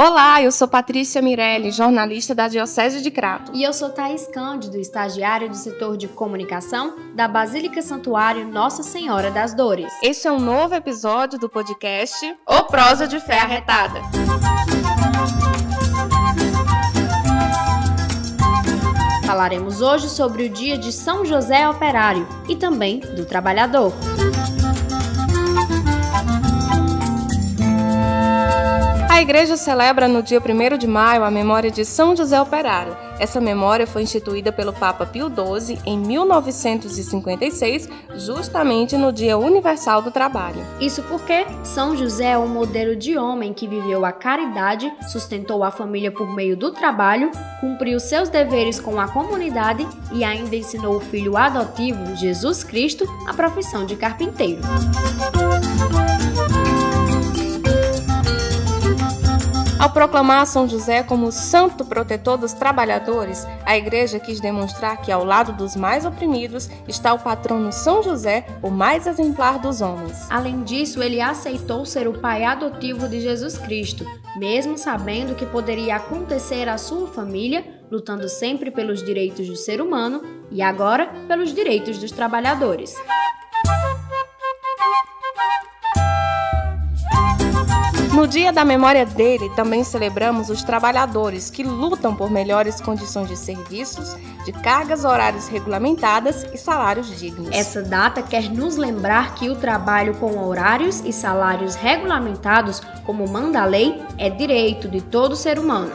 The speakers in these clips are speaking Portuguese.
Olá, eu sou Patrícia Mirelli, jornalista da Diocese de Crato. E eu sou Thaís Cândido, estagiária do setor de comunicação da Basílica Santuário Nossa Senhora das Dores. Este é um novo episódio do podcast O Prosa de Fé Arretada. Falaremos hoje sobre o dia de São José Operário e também do Trabalhador. A Igreja celebra no dia 1º de maio a memória de São José Operário. Essa memória foi instituída pelo Papa Pio XII em 1956, justamente no Dia Universal do Trabalho. Isso porque São José é um modelo de homem que viveu a caridade, sustentou a família por meio do trabalho, cumpriu seus deveres com a comunidade e ainda ensinou o filho adotivo, Jesus Cristo, a profissão de carpinteiro. Ao proclamar São José como o santo protetor dos trabalhadores, a Igreja quis demonstrar que ao lado dos mais oprimidos está o patrono São José, o mais exemplar dos homens. Além disso, ele aceitou ser o pai adotivo de Jesus Cristo, mesmo sabendo que poderia acontecer à sua família, lutando sempre pelos direitos do ser humano e agora pelos direitos dos trabalhadores. No dia da memória dele, também celebramos os trabalhadores que lutam por melhores condições de serviços, de cargas horárias regulamentadas e salários dignos. Essa data quer nos lembrar que o trabalho com horários e salários regulamentados, como manda a lei, é direito de todo ser humano.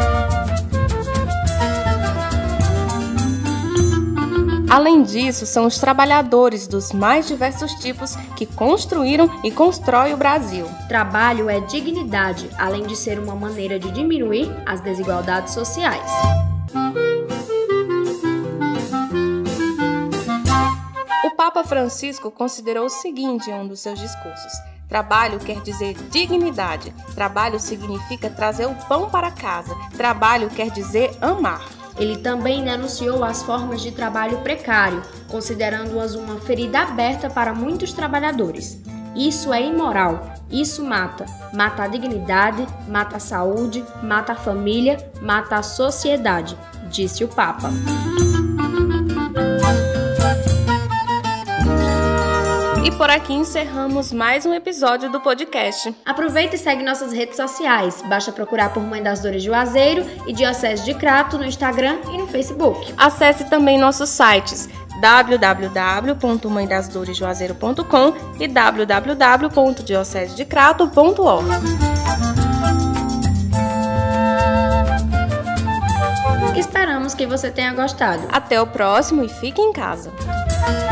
Além disso, são os trabalhadores dos mais diversos tipos que construíram e constroem o Brasil. Trabalho é dignidade, além de ser uma maneira de diminuir as desigualdades sociais. O Papa Francisco considerou o seguinte em um dos seus discursos: trabalho quer dizer dignidade, trabalho significa trazer o pão para casa, trabalho quer dizer amar. Ele também denunciou as formas de trabalho precário, considerando-as uma ferida aberta para muitos trabalhadores. Isso é imoral, isso mata. Mata a dignidade, mata a saúde, mata a família, mata a sociedade, disse o Papa. E por aqui encerramos mais um episódio do podcast. Aproveita e segue nossas redes sociais. Basta procurar por Mãe das Dores Juazeiro e Diocese de Crato no Instagram e no Facebook. Acesse também nossos sites www.mãedasdoresjuazeiro.com e www.diocesedecrato.org. Esperamos que você tenha gostado. Até o próximo e fique em casa.